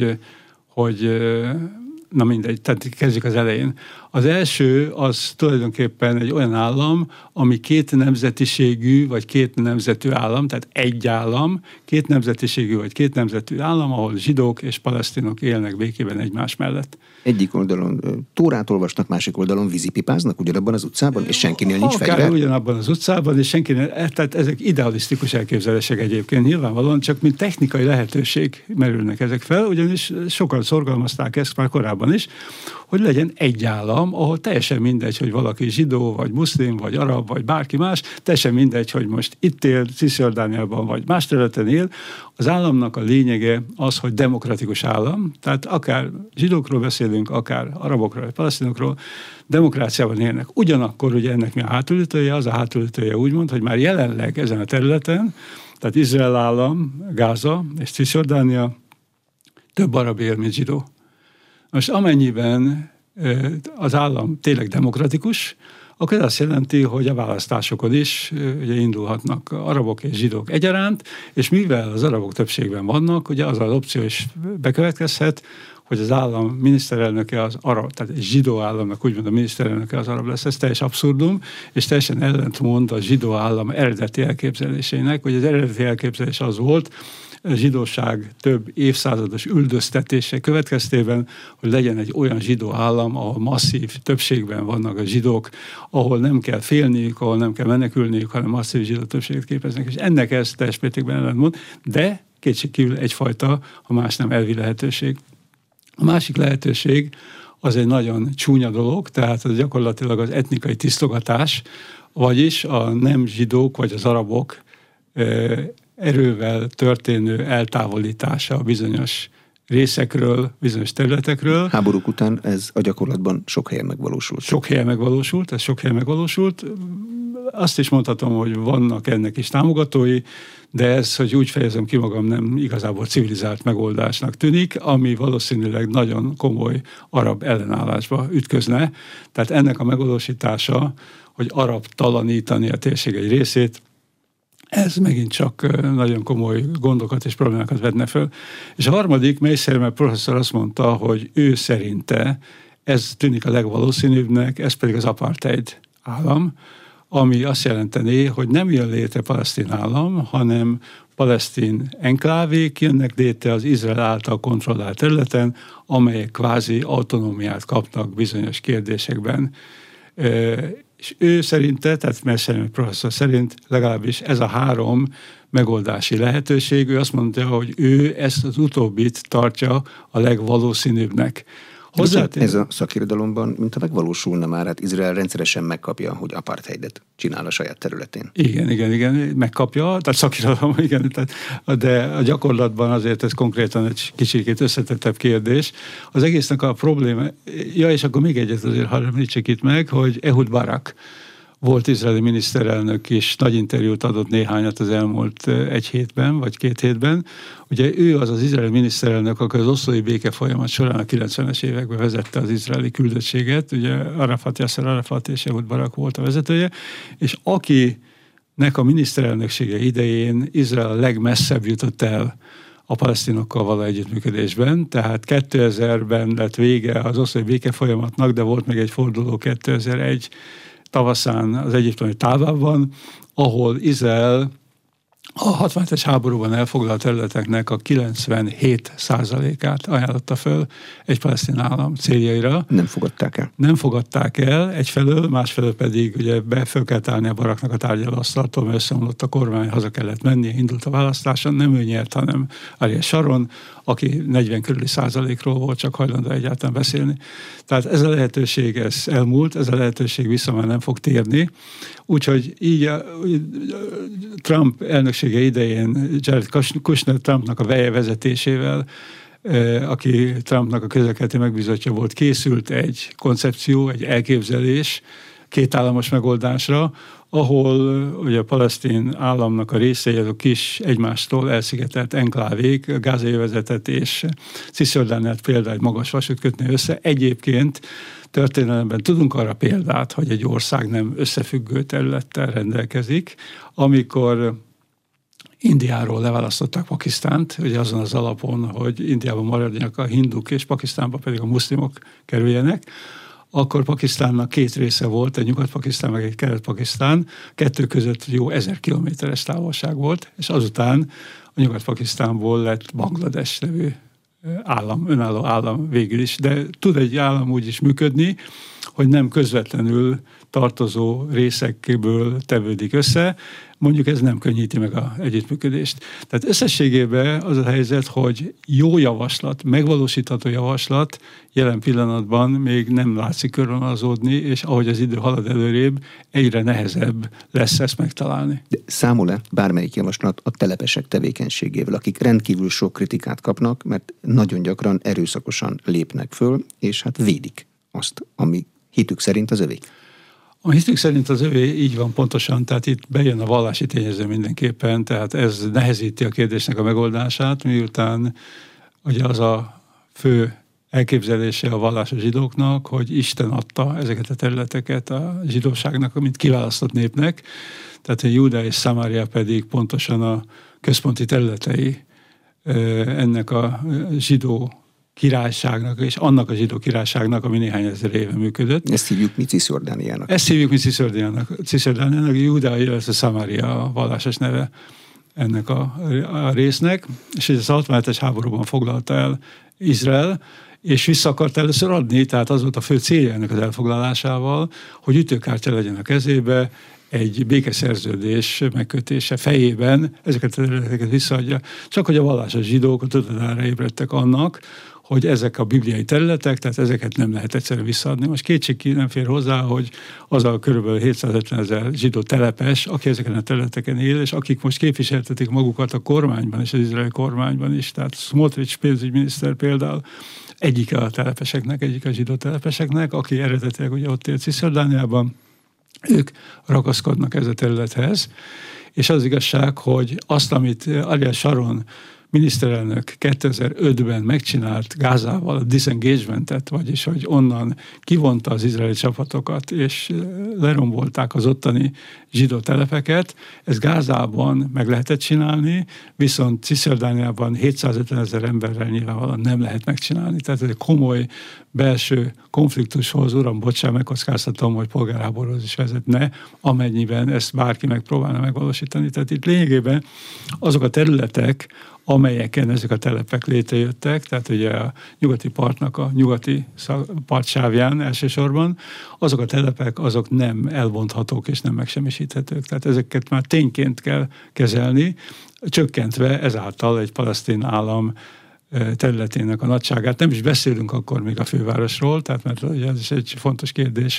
hogy na mindegy, tehát kezdjük az elején. Az első az tulajdonképpen egy olyan állam, ami 2 nemzetiségű, vagy 2 nemzetű állam, tehát egy állam, 2 nemzetiségű, vagy 2 nemzetű állam, ahol zsidók és palesztinok élnek békében egymás mellett. Egyik oldalon Tórát olvasnak, másik oldalon vízipipáznak ugyanabban az utcában, és senkinél nincs fegyver? Akár ugyanabban az utcában, és senkinél, tehát ezek idealisztikus elképzelések egyébként nyilvánvalóan, csak mint technikai lehetőség merülnek ezek fel, ugyanis sokan szorgalmazták ezt már korábban is, hogy legyen egy állam, állam, ahol teljesen mindegy, hogy valaki zsidó, vagy muszlim, vagy arab, vagy bárki más, teljesen mindegy, hogy most itt él, Cisjordániában, vagy más területen él. Az államnak a lényege az, hogy demokratikus állam, tehát akár zsidókról beszélünk, akár arabokról, vagy palesztinokról, demokráciában élnek. Ugyanakkor ugye ennek mi a hátulütője? Az a hátulütője úgymond, hogy már jelenleg ezen a területen, tehát Izrael állam, Gáza és Cisjordánia több arab él, mint zsidó. Most amennyiben az állam tényleg demokratikus, akkor ez azt jelenti, hogy a választásokon is ugye indulhatnak arabok és zsidók egyaránt, és mivel az arabok többségben vannak, ugye az az opció is bekövetkezhet, hogy az állam miniszterelnöke az arab, tehát egy zsidó államnak úgymond a miniszterelnöke az arab lesz. Ez teljes abszurdum, és teljesen ellentmond a zsidó állam eredeti elképzelésének, hogy az eredeti elképzelés az volt, a zsidóság több évszázados üldöztetése következtében, hogy legyen egy olyan zsidó állam, ahol masszív többségben vannak a zsidók, ahol nem kell félniük, ahol nem kell menekülniük, hanem masszív zsidó többséget képeznek. És ennek ez teljes mértékben ellentmond, de kétségkívül egyfajta, ha más nem elvi lehetőség. A másik lehetőség az egy nagyon csúnya dolog, tehát az gyakorlatilag az etnikai tisztogatás, vagyis a nem zsidók vagy az arabok erővel történő eltávolítása bizonyos részekről, bizonyos területekről. Háborúk után ez a gyakorlatban sok helyen megvalósult. Sok helyen megvalósult. Azt is mondhatom, hogy vannak ennek is támogatói, de ez, hogy úgy fejezem ki magam, nem igazából civilizált megoldásnak tűnik, ami valószínűleg nagyon komoly arab ellenállásba ütközne. Tehát ennek a megvalósítása, hogy arab talanítani a térség egy részét, ez megint csak nagyon komoly gondokat és problémákat vetne föl. És a harmadik, Meissner professzor azt mondta, hogy ő szerinte ez tűnik a legvalószínűbbnek, ez pedig az apartheid állam, ami azt jelenteni, hogy nem jön létre palesztin állam, hanem palesztin enklávék jönnek létre az Izrael által kontrollált területen, amelyek kvázi autonómiát kapnak bizonyos kérdésekben. És ő szerinte, tehát Meissner professzor szerint legalábbis ez a három megoldási lehetőség. Ő azt mondja, hogy ő ezt az utóbbit tartja a legvalószínűbbnek. Ez a szakirodalomban, mint a megvalósulna már, hát Izrael rendszeresen megkapja, hogy apartheidet csinál a saját területén. Igen, megkapja, tehát szakirodalom, igen, de a gyakorlatban azért ez konkrétan egy kicsit összetettebb kérdés. Az egésznek a probléma, és akkor még egyet azért hadd említsek itt meg, hogy Ehud Barak volt izraeli miniszterelnök is, nagy interjút adott néhányat az elmúlt egy hétben, vagy 2 hétben. Ugye ő az izraeli miniszterelnök, aki az oszlói béke folyamat során a 90-es években vezette az izraeli küldöttséget, ugye Yasser Arafat és Ehud Barak volt a vezetője, és akinek a miniszterelnöksége idején Izrael a legmesszebb jutott el a palesztinokkal való együttműködésben, tehát 2000-ben lett vége az oszlói béke folyamatnak, de volt még egy forduló 2001 tavaszán az egyiptomi Távában, ahol Izrael a 67-es háborúban elfoglalt területeknek a 97%-át ajánlotta föl egy palesztin állam céljaira. Nem fogadták el egyfelől, másfelől pedig ugye föl kellett állni a Baraknak a tárgyalóasztaltól, mert összeomlott a kormány, haza kellett mennie, indult a választáson, nem ő nyert, hanem Ariel Sharon, aki 40 körüli százalékról volt csak hajlandó egyáltalán beszélni. Tehát ez a lehetőség, ez elmúlt, ez a lehetőség vissza már nem fog térni. Úgyhogy így Trump elnöksége idején Jared Kushner Trumpnak a vezetésével, aki Trumpnak a közel-keleti megbízottja volt, készült egy koncepció, egy elképzelés kétállamos megoldásra, ahol ugye a palesztin államnak a részei, azok kis egymástól elszigetelt enklávék, Gázai övezetet és Cisjordániát például egy magas vasút kötni össze. Egyébként történelemben tudunk arra példát, hogy egy ország nem összefüggő területtel rendelkezik, amikor Indiáról leválasztották Pakisztánt, ugye azon az alapon, hogy Indiában maradjanak a hinduk, és Pakisztánba pedig a muszlimok kerüljenek, akkor Pakisztánnak 2 része volt, egy Nyugat-Pakisztán, meg egy Kelet-Pakisztán, 2 között jó 1000 kilométeres távolság volt, és azután a Nyugat-Pakisztánból lett Banglades nevű állam, önálló állam végül is, de tud egy állam úgy is működni, hogy nem közvetlenül tartozó részekből tevődik össze, mondjuk ez nem könnyíti meg az együttműködést. Tehát összességében az a helyzet, hogy jó javaslat, megvalósítható javaslat jelen pillanatban még nem látszik körvonalazódni, és ahogy az idő halad előrébb, egyre nehezebb lesz ezt megtalálni. De számol-e bármelyik javaslat a telepesek tevékenységével, akik rendkívül sok kritikát kapnak, mert nagyon gyakran erőszakosan lépnek föl, és hát védik azt, ami hitük szerint az övék? A hitük szerint az övé így van pontosan, tehát itt bejön a vallási tényező mindenképpen, tehát ez nehezíti a kérdésnek a megoldását, miután ugye az a fő elképzelése a vallásos zsidóknak, hogy Isten adta ezeket a területeket a zsidóságnak, mint kiválasztott népnek, tehát a Júdea és Szamária pedig pontosan a központi területei ennek a zsidó királyságnak, és annak a zsidó királyságnak, ami néhány ezer éve működött. Ezt hívjuk mi Cisjordániának. Ezt hívjuk mi Cisjordániának, Júdea, illetve Szamária a vallásos neve ennek a résznek, és ez a 67-es háborúban foglalta el Izrael, és vissza akart először adni, tehát az volt a fő célja ennek az elfoglalásával, hogy ütőkártya legyen a kezébe, egy békeszerződés megkötése fejében ezeket a területeket visszaadja. Csak hogy a vallásos zsidók a tudatára ébredtek annak, hogy ezek a bibliai területek, tehát ezeket nem lehet egyszerűen visszaadni. Most kétség nem fér hozzá, hogy az a kb. 750 000 zsidó telepes, aki ezeken a területeken él, és akik most képviseltetik magukat a kormányban és az izraeli kormányban is. Tehát Smotrich pénzügyminiszter például egyik a telepeseknek, egyik a zsidó telepeseknek, aki eredetileg ugye ott élt Cisjordániában, ők ragaszkodnak ez a területhez, és az igazság, hogy azt, amit Ariel Sharon miniszterelnök 2005-ben megcsinált Gázával a disengagementet, vagyis hogy onnan kivonta az izraeli csapatokat, és lerombolták az ottani zsidó telepeket, ez Gázában meg lehetett csinálni, viszont Cisjordániában 750 000 emberrel nyilvánvalóan nem lehet megcsinálni. Tehát ez egy komoly belső konfliktushoz, uram, bocsánat, megkockáztatom, hogy polgárháborúhoz is vezetne, amennyiben ezt bárki megpróbálna megvalósítani. Tehát itt lényegében azok a területek, amelyeken ezek a telepek létrejöttek, tehát ugye a nyugati partnak a nyugati partsávján elsősorban, azok a telepek, azok nem elbonthatók és nem megsemmisíthetők. Tehát ezeket már tényként kell kezelni, csökkentve ezáltal egy palesztin állam területének a nagyságát. Nem is beszélünk akkor még a fővárosról, tehát mert ez is egy fontos kérdés,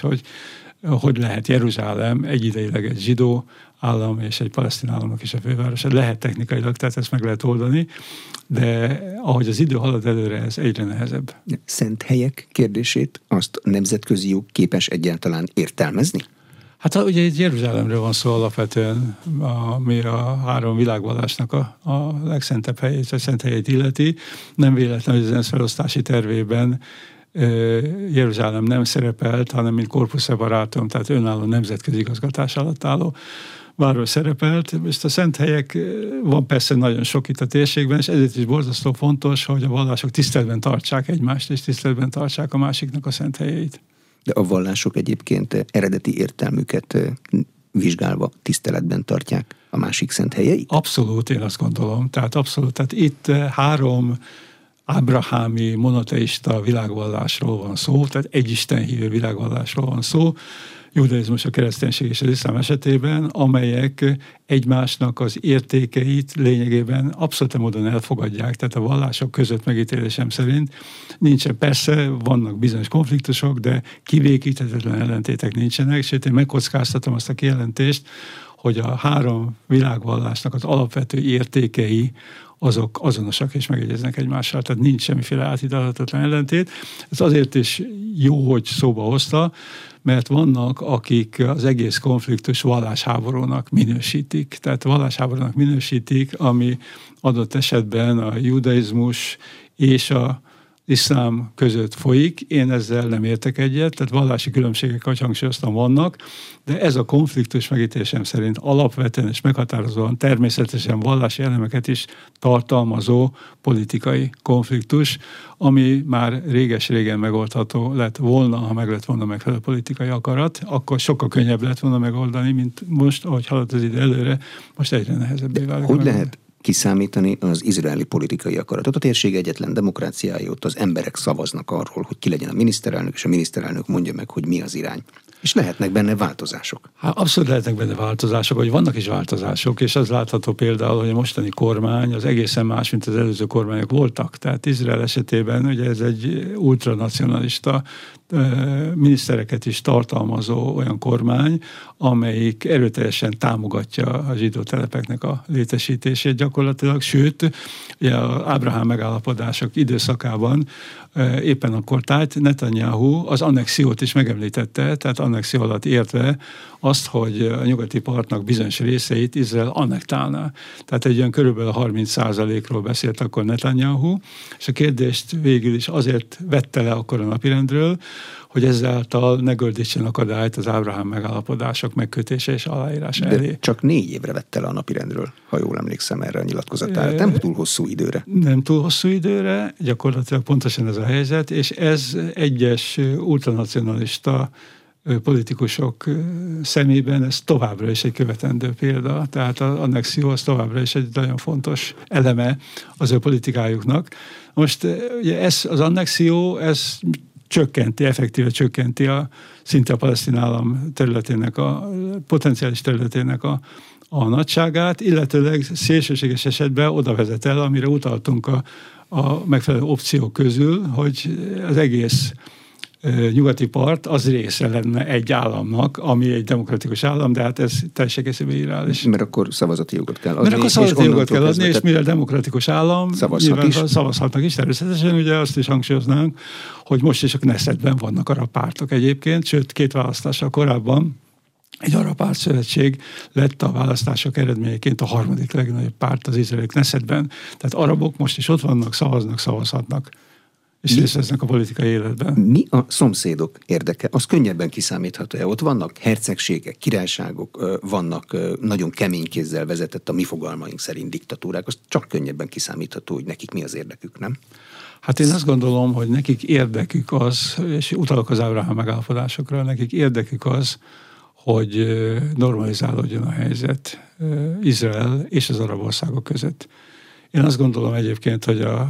hogy lehet Jeruzsálem egyidejileg egy zsidó állam és egy palesztin államnak is a fővárosa. Lehet technikailag, tehát ezt meg lehet oldani, de ahogy az idő halad előre, ez egyre nehezebb. Szent helyek kérdését azt nemzetközi jog képes egyáltalán értelmezni? Hát ugye egy Jeruzsálemről van szó alapvetően, ami a 3 világvallásnak a legszentebb helyét, vagy szent helyét illeti. Nem véletlen, hogy az ENSZ felosztási tervében Jeruzsálem nem szerepelt, hanem mint corpus separatum, tehát önálló nemzetközi igazgatás alatt álló város szerepelt. És a szent helyek van persze nagyon sok itt a térségben, és ezért is borzasztó fontos, hogy a vallások tiszteletben tartsák egymást, és tiszteletben tartsák a másiknak a szent helyeit. De a vallások egyébként eredeti értelmüket vizsgálva tiszteletben tartják a másik szent helyeit? Abszolút, én azt gondolom. Tehát abszolút. Tehát itt 3 ábrahámi monoteista világvallásról van szó, tehát egy istenhívő világvallásról van szó, judaizmus, a kereszténység és az iszlám esetében, amelyek egymásnak az értékeit lényegében abszolút módon elfogadják, tehát a vallások között megítélésem szerint nincsen, persze vannak bizonyos konfliktusok, de kivékíthetetlen ellentétek nincsenek, sőt én megkockáztatom azt a kijelentést, hogy a 3 világvallásnak az alapvető értékei azok azonosak és megegyeznek egymással, tehát nincs semmiféle áthidalhatatlan ellentét. Ez azért is jó, hogy szóba hozta, mert vannak, akik az egész konfliktus vallásháborúnak minősítik. Tehát vallásháborúnak minősítik, ami adott esetben a judaizmus és a iszlám között folyik. Én ezzel nem értek egyet, tehát vallási különbségek, ahogy hangsúlyoztam, vannak, de ez a konfliktus megítélésem szerint alapvetően és meghatározóan természetesen vallási elemeket is tartalmazó politikai konfliktus, ami már réges-régen megoldható lett volna, ha meg lett volna megfelelő politikai akarat, akkor sokkal könnyebb lett volna megoldani, mint most, ahogy halad az idő előre, most egyre nehezebbé válik. Hogy lehet kiszámítani az izraeli politikai akaratot? A térség egyetlen demokráciája, ott az emberek szavaznak arról, hogy ki legyen a miniszterelnök, és a miniszterelnök mondja meg, hogy mi az irány. És lehetnek benne változások? Hát abszolút lehetnek benne változások, vagy vannak is változások, és az látható például, hogy a mostani kormány az egészen más, mint az előző kormányok voltak. Tehát Izrael esetében ugye ez egy ultranacionalista minisztereket is tartalmazó olyan kormány, amelyik erőteljesen támogatja a zsidó telepeknek a létesítését gyakorlatilag, sőt, ugye az Ábrahám megállapodások időszakában éppen akkor tájt Netanyahu az annexiót is megemlítette, tehát annexió alatt értve azt, hogy a nyugati partnak bizonyos részeit Izrael annektálná. Tehát egy olyan körülbelül 30%-ról beszélt akkor Netanyahu, és a kérdést végül is azért vette le akkor a napirendről, hogy ezáltal ne gördítsen akadályt az Ábrahám megállapodások megkötése és aláírása elé. De csak 4 évre vette le a napirendről, ha jól emlékszem erre a nyilatkozatára. Nem túl hosszú időre. Nem túl hosszú időre, gyakorlatilag pontosan ez a helyzet, és ez egyes ultranacionalista politikusok szemében ez továbbra is egy követendő példa. Tehát az annexió az továbbra is egy nagyon fontos eleme az ő politikájuknak. Most ugye ez az annexió, ez effektíve csökkenti szinte a palesztin állam területének, a potenciális területének a nagyságát, illetőleg szélsőséges esetben oda vezet el, amire utaltunk a megfelelő opciók közül, hogy az egész nyugati part az része lenne egy államnak, ami egy demokratikus állam, de hát ez teljes egészében irreális. Mert akkor szavazati jogot kell adni. Mert akkor szavazati jogot kell adni, és mivel demokratikus állam, szavazhatnak is. Természetesen ugye azt is hangsúlyoznánk, hogy most is a Knessetben vannak arab pártok egyébként, sőt 2 választással korábban egy arab pártszövetség lett a választások eredményeként a 3. legnagyobb párt az izraeli Knessetben. Tehát arabok most is ott vannak, szavazhatnak. És részt vesznek a politikai életben. Mi a szomszédok érdeke? Az könnyebben kiszámítható-e? Ott vannak hercegségek, királyságok, vannak nagyon kemény kézzel vezetett a mi fogalmaink szerint diktatúrák, az csak könnyebben kiszámítható, hogy nekik mi az érdekük, nem? Hát én azt gondolom, hogy nekik érdekük az, és utalok az Ábrahám megállapodásokra, nekik érdekük az, hogy normalizálódjon a helyzet Izrael és az arab országok között. Én azt gondolom egyébként, hogy a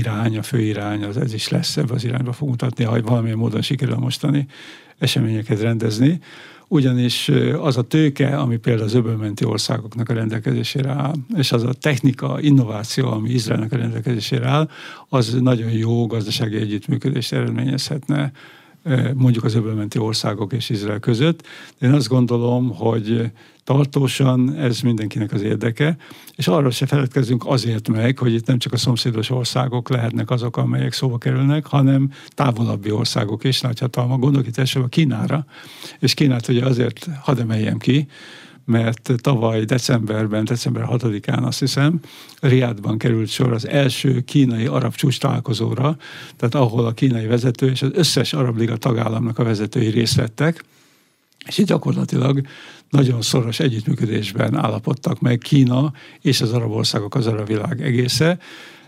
fő irány, ez is lesz, ebbe az irányba fog mutatni, ha valamilyen módon sikerül mostani eseményeket rendezni. Ugyanis az a tőke, ami például az öbölmenti országoknak a rendelkezésére áll, és az a technika, innováció, ami Izraelnek a rendelkezésére áll, az nagyon jó gazdasági együttműködést eredményezhetne mondjuk az öbölmenti országok és Izrael között. Én azt gondolom, hogy tartósan ez mindenkinek az érdeke, és arról se feledkezzünk azért meg, hogy itt nem csak a szomszédos országok lehetnek azok, amelyek szóba kerülnek, hanem távolabbi országok és nagyhatalmak. Gondolok itt elsőbb a Kínára, és Kínát ugye azért hadd emeljem ki, mert tavaly december 6-án azt hiszem, Riadban került sor az első kínai arab csúcs találkozóra, tehát ahol a kínai vezető és az összes Arab Liga tagállamnak a vezetői részt vettek, és így gyakorlatilag nagyon szoros együttműködésben állapodtak meg Kína és az arab országok, az arab világ egésze.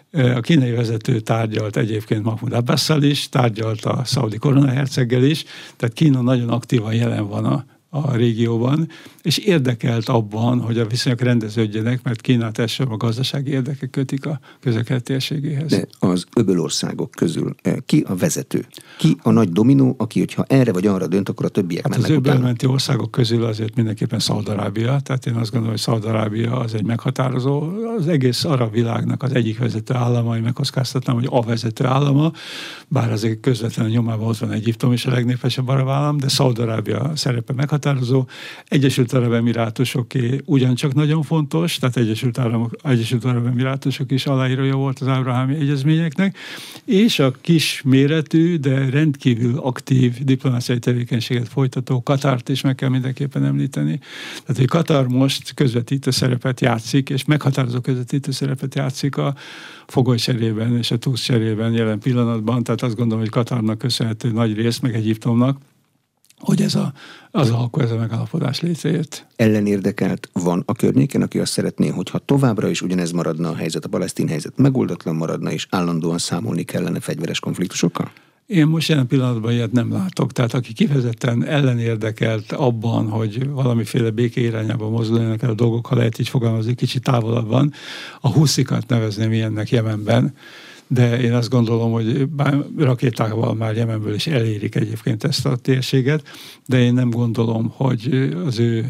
A kínai vezető tárgyalt egyébként Mahmoud Abbasszal is, tárgyalt a szaudi koronaherceggel is, tehát Kína nagyon aktívan jelen van a régióban, és érdekelt abban, hogy a viszonyok rendeződjenek, mert Kínát elsősorban a gazdasági érdekek kötik a Közel-Kelet térségéhez. De az öbölországok közül ki a vezető? Ki a nagy dominó, aki, hogyha erre vagy arra dönt, akkor a többiek mennek utána? Az öbölmenti országok közül azért mindenképpen Szaúd-Arábia, tehát én azt gondolom, hogy Szaúd-Arábia az egy meghatározó, az egész arab világnak az egyik vezető állama, én megkockáztatnám, hogy a vezető állama, bár azért közvetlenül nyomában ott van Egyiptom is a legnépesebb arab állam, de Szaúd-Arábia szerepe meghatározó. Egyesült Arab Emirátusoké ugyancsak nagyon fontos, tehát Egyesült Arab Emirátusok is aláírója volt az ábrahámi egyezményeknek, és a kis méretű, de rendkívül aktív diplomáciai tevékenységet folytató Katart is meg kell mindenképpen említeni. Tehát, hogy Katar most közvetítő szerepet játszik, és meghatározó közvetítő szerepet játszik a fogolycserében és a túszcserében jelen pillanatban, tehát azt gondolom, hogy Katarnak köszönhető nagy rész, meg Egyiptomnak, hogy ez a megállapodás létrejött. Ellenérdekelt van a környéken, aki azt szeretné, hogyha továbbra is ugyanez maradna a helyzet, a palesztin helyzet megoldatlan maradna, és állandóan számolni kellene fegyveres konfliktusokkal? Én most jelen pillanatban ilyet nem látok. Tehát aki kifejezetten ellenérdekelt abban, hogy valamiféle béke irányába mozduljanak el a dolgok, ha lehet így fogalmazni, kicsit távolabban, a huszikat nevezném ilyennek Jemenben. de én azt gondolom, hogy rakétával már Jemenből is elérik egyébként ezt a térséget, de én nem gondolom, hogy az ő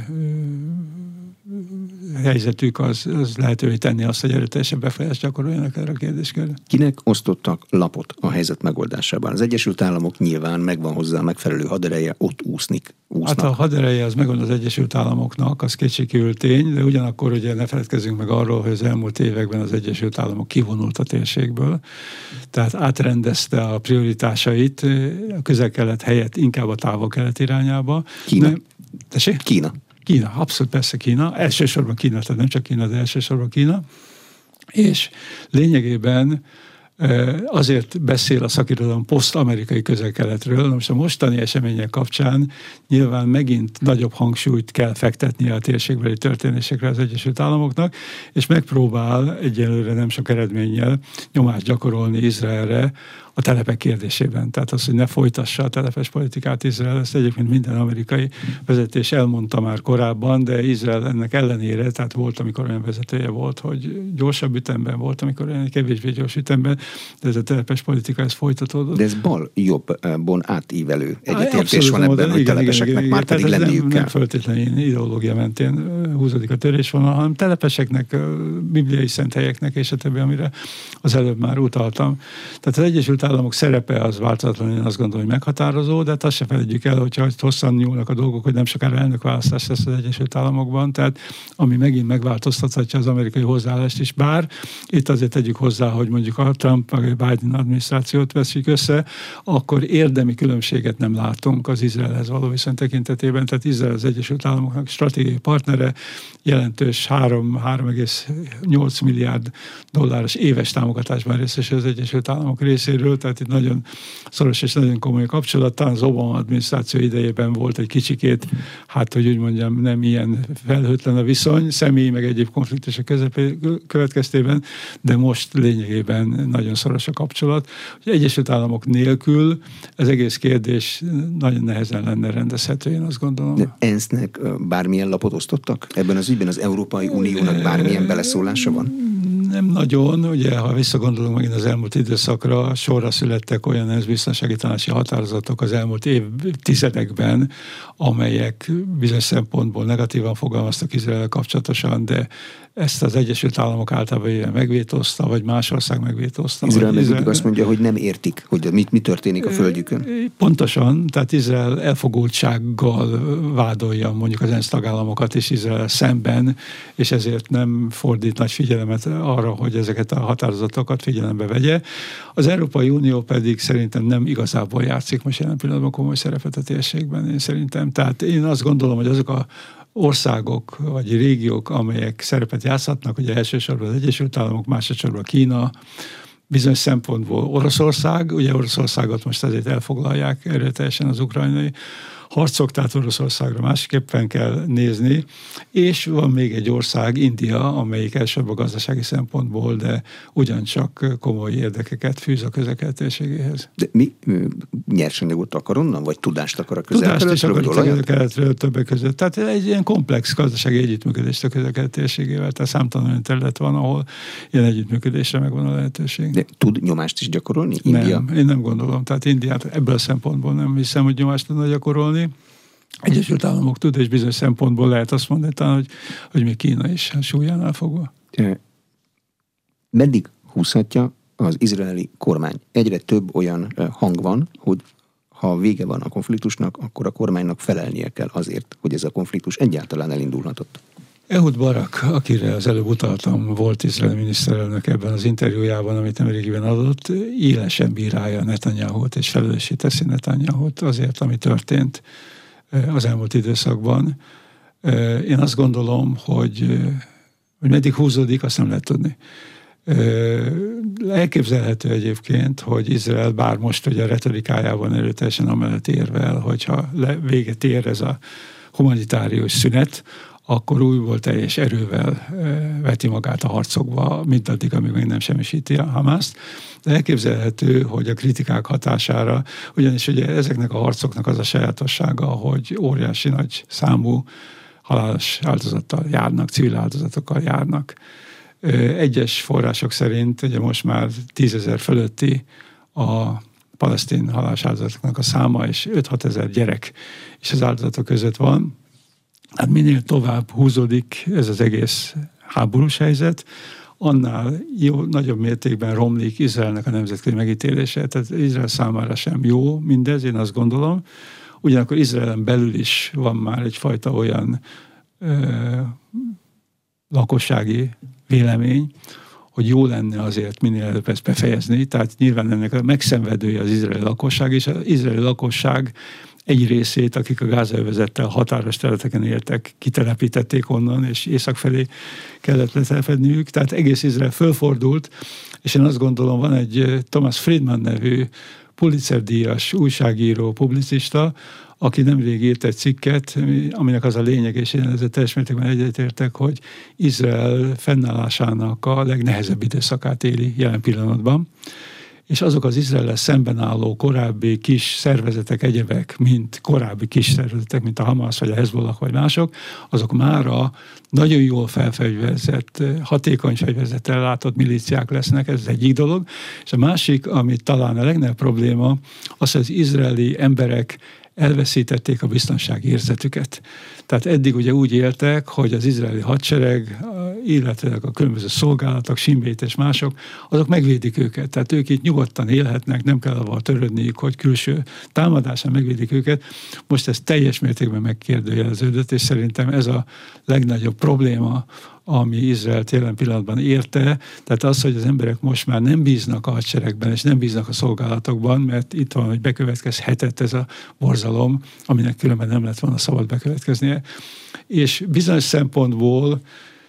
helyzetük az lehetővé tenni azt, hogy erőteljesebb befolyást gyakoroljanak erre a kérdéskörre. Kinek osztottak lapot a helyzet megoldásában? Az Egyesült Államok nyilván megvan hozzá a megfelelő hadereje, ott úsznak. Hát a hadereje az megvan az Egyesült Államoknak, az kétségkívül tény, de ugyanakkor ugye ne feledkezzünk meg arról, hogy az elmúlt években az Egyesült Államok kivonult a térségből, tehát átrendezte a prioritásait a Közel-Kelet helyett inkább a Távol-Kelet irányába. Kína? Tessék? Kína, abszolút persze Kína. Elsősorban Kína, tehát nem csak Kína, de elsősorban Kína. És lényegében azért beszél a szakirodalom poszt-amerikai Közel-Keletről. Most a mostani események kapcsán nyilván megint nagyobb hangsúlyt kell fektetnie a térségbeli történésekre az Egyesült Államoknak, és megpróbál egyelőre nem sok eredménnyel nyomást gyakorolni Izraelre a telepek kérdésében. Tehát az, hogy ne folytassa a telepes politikát Izrael, ezt egyébként minden amerikai vezetés elmondta már korábban, de Izrael ennek ellenére, tehát volt, amikor olyan vezetője volt, hogy gyorsabb ütemben volt, amikor olyan kevésbé gyors ütemben, de ez a telepes politika, ez folytatódott. De ez bal-jobbon átívelő egyetértés van ebben, hogy telepeseknek már pedig lenniük kell. Nem feltétlenül ideológia mentén húzódik a törésvonal, hanem telepeseknek, bibliai szent helyeknek és a többi, amire az előbb már utaltam. Tehát az Egyesült Államok szerepe az változatlanul, én azt gondolom, hogy meghatározó, de azt se felejtjük el, hogyha hosszan nyúlnak a dolgok, hogy nem sokára elnökválasztás lesz az Egyesült Államokban, tehát ami megint megváltoztathatja az amerikai hozzáállást is, bár itt azért tegyük hozzá, hogy mondjuk a Trump vagy a Biden adminisztrációt veszik össze, akkor érdemi különbséget nem látunk az Izraelhez való viszony tekintetében, tehát Izrael az Egyesült Államoknak stratégiai partnere, jelentős 3,8 milliárd dolláros éves támogatásban részesül az Egyesült Államok részéről, tehát itt nagyon szoros és nagyon komoly kapcsolat. Talán az Obama adminisztráció idejében volt egy kicsikét, hát hogy úgy mondjam, nem ilyen felhőtlen a viszony, személyi meg egyéb konfliktusok következtében, de most lényegében nagyon szoros a kapcsolat. Az Egyesült Államok nélkül az egész kérdés nagyon nehezen lenne rendezhető, én azt gondolom. De ENSZ-nek bármilyen lapot osztottak? Ebben az ügyben az Európai Uniónak bármilyen beleszólása van? Nem nagyon, ugye, ha visszagondolunk megint az elmúlt időszakra, sorra születtek olyan ENSZ biztonsági tanácsi határozatok az elmúlt évtizedekben, amelyek bizonyos szempontból negatívan fogalmaztak Izraellel kapcsolatosan, de ezt az Egyesült Államok általában megvétózta, vagy más ország megvétózta. Izrael meg azt mondja, hogy nem értik, hogy mi történik a földjükön. Pontosan, tehát Izrael elfogultsággal vádolja mondjuk az ENSZ tagállamokat és Izrael szemben, és ezért nem fordít nagy figyelmet arra, hogy ezeket a határozatokat figyelembe vegye. Az Európai Unió pedig szerintem nem igazából játszik most jelen pillanatban komoly szerepet a térségben, én szerintem. Tehát én azt gondolom, hogy azok a országok vagy régiók, amelyek szerepet játszhatnak, ugye elsősorban az Egyesült Államok, másodszorban Kína, bizonyos szempontból Oroszország, ugye Oroszországot most azért elfoglalják erőteljesen az ukrajnai harcok, tehát Oroszországra másképpen kell nézni, és van még egy ország, India, amelyik elsősorban gazdasági szempontból, de ugyancsak komoly érdekeket fűz a Közel-Kelet térségéhez. De mi nyersanyagot akar onnan, vagy tudást akar a Közel-Keletről? Tudást is akar a Közel-Keletről többek között. Tehát egy ilyen komplex gazdasági együttműködést a Közel-Kelet térségével, tehát számtalan olyan terület van, ahol ilyen együttműködésre megvan a lehetőség. De tud nyomást is gyakorolni India? Nem, én nem gondolom. Tehát Indiát ebből a szempontból nem hiszem, hogy nyomást tudna gyakorolni. Egyesült Államok tud, és bizonyos szempontból lehet azt mondani, talán, hogy még Kína is súlyánál fogva. Meddig húzhatja az izraeli kormány? Egyre több olyan hang van, hogy ha vége van a konfliktusnak, akkor a kormánynak felelnie kell azért, hogy ez a konfliktus egyáltalán elindulhatott. Ehud Barak, akire az előbb utaltam, volt izraeli miniszterelnök ebben az interjújában, amit nemrégiben adott, élesen bírálja Netanyahut, és felelőssé teszi Netanyahut azért, ami történt az elmúlt időszakban. Én azt gondolom, hogy meddig húzódik, azt nem lehet tudni. Elképzelhető egyébként, hogy Izrael bár most ugye a retorikájában erőteljesen amellett érvel, hogyha véget ér ez a humanitárius szünet, akkor újból teljes erővel veti magát a harcokba, mindaddig, amíg még nem semmisíti a Hamászt. De elképzelhető, hogy a kritikák hatására, ugyanis ugye ezeknek a harcoknak az a sajátossága, hogy óriási nagy számú halálos áldozattal járnak, civil áldozatokkal járnak. Egyes források szerint ugye most már 10 000 fölötti a palesztin haláláldozatoknak a száma, és 5-6 ezer gyerek is az áldozatok között van. Hát minél tovább húzódik ez az egész háborús helyzet, annál nagyobb mértékben romlik Izraelnek a nemzetközi megítélése. Tehát Izrael számára sem jó mindez, én azt gondolom. Ugyanakkor Izraelen belül is van már egyfajta olyan lakossági vélemény, hogy jó lenne azért minél előbb ezt befejezni. Tehát nyilván ennek a megszenvedője az izraeli lakosság, és az izraeli lakosság egy részét, akik a Gáza-övezettel határos területeken éltek, kitelepítették onnan, és észak felé kellett letelepedniük. Tehát egész Izrael fölfordult, és én azt gondolom, van egy Thomas Friedman nevű Pulitzer-díjas újságíró, publicista, aki nemrég írt egy cikket, aminek az a lényeg, és én ezzel teljes mértékben egyetértek, hogy Izrael fennállásának a legnehezebb időszakát éli jelen pillanatban, és azok az Izraellel szemben álló korábbi kis szervezetek, egyebek, mint korábbi kis szervezetek, mint a Hamas, vagy a Hezbollah, vagy mások, azok mára nagyon jól felfegyverzett, hatékony fegyverzettel ellátott milíciák lesznek, ez az egyik dolog. És a másik, ami talán a legnagyobb probléma, az, hogy az izraeli emberek elveszítették a biztonságérzetüket. Tehát eddig ugye úgy éltek, hogy az izraeli hadsereg, illetve a különböző szolgálatok, Shin Bet és mások, azok megvédik őket. Tehát ők itt nyugodtan élhetnek, nem kell avval törődniük, hogy külső támadásán megvédik őket. Most ez teljes mértékben megkérdőjeleződött, és szerintem ez a legnagyobb probléma, ami Izraelt jelen pillanatban érte, tehát az, hogy az emberek most már nem bíznak a hadseregben, és nem bíznak a szolgálatokban, mert itt van, hogy bekövetkezhetett ez a borzalom, aminek különben nem lett volna szabad bekövetkeznie. És bizonyos szempontból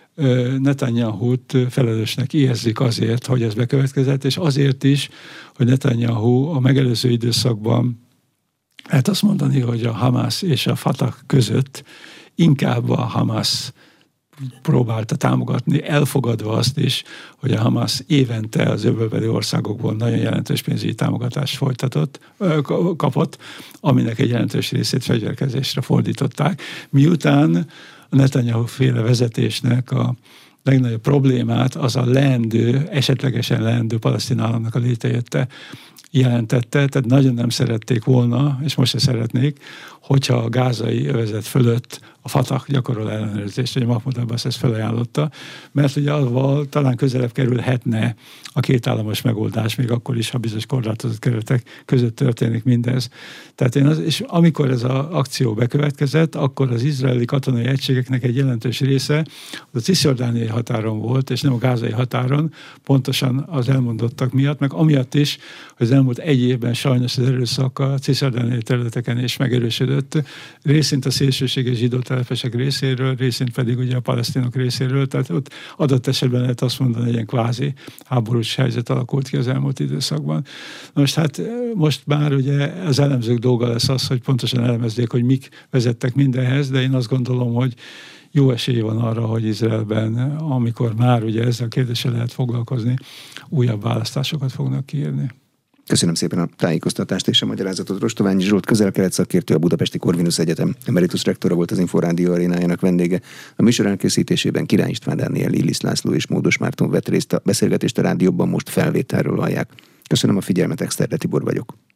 Netanyahut felelősnek érzik azért, hogy ez bekövetkezett, és azért is, hogy Netanyahu a megelőző időszakban, hát azt mondani, hogy a Hamas és a Fatah között inkább a Hamas próbálta támogatni, elfogadva azt is, hogy a Hamas évente az öbölbeli országokból nagyon jelentős pénzügyi támogatást kapott, aminek egy jelentős részét fegyverkezésre fordították. Miután a Netanyahu-féle vezetésnek a legnagyobb problémát az a esetlegesen leendő palesztin államnak a létrejötte jelentette, tehát nagyon nem szerették volna, és most se szeretnék, hogyha a gázai övezet fölött a Fatah gyakorol ellenőrzést, hogy Mahmoud Abbas ezt felajánlotta, mert ugye avval talán közelebb kerülhetne a kétállamos megoldás, még akkor is, ha bizonyos korlátozott keretek között történik mindez. Tehát és amikor ez az akció bekövetkezett, akkor az izraeli katonai egységeknek egy jelentős része az a cisjordániai határon volt, és nem a gázai határon, pontosan az elmondottak miatt, meg amiatt is, hogy az elmúlt egy évben sajnos az erőszak a cisjordániai területeken is megerősödött, részint a szélsőséges zsidó telepesek részéről, részint pedig ugye a palesztinok részéről, tehát ott adott esetben lehet azt mondani, hogy ilyen kvázi háborús helyzet alakult ki az elmúlt időszakban. Most már ugye az elemzők dolga lesz az, hogy pontosan elemezzék, hogy mik vezettek mindenhez, de én azt gondolom, hogy jó esély van arra, hogy Izraelben, amikor már ugye ezzel a kérdéssel lehet foglalkozni, újabb választásokat fognak kiírni. Köszönöm szépen a tájékoztatást és a magyarázatot. Rostoványi Zsolt, közel-kelet szakértő, a Budapesti Corvinus Egyetem emeritus rektora volt, az Inforádió arénájának vendége. A műsor elkészítésében Király István Dániel, Illis László és Módos Márton vett részt, a beszélgetést a rádióban most felvételről hallják. Köszönöm a figyelmet, Exterde Tibor vagyok.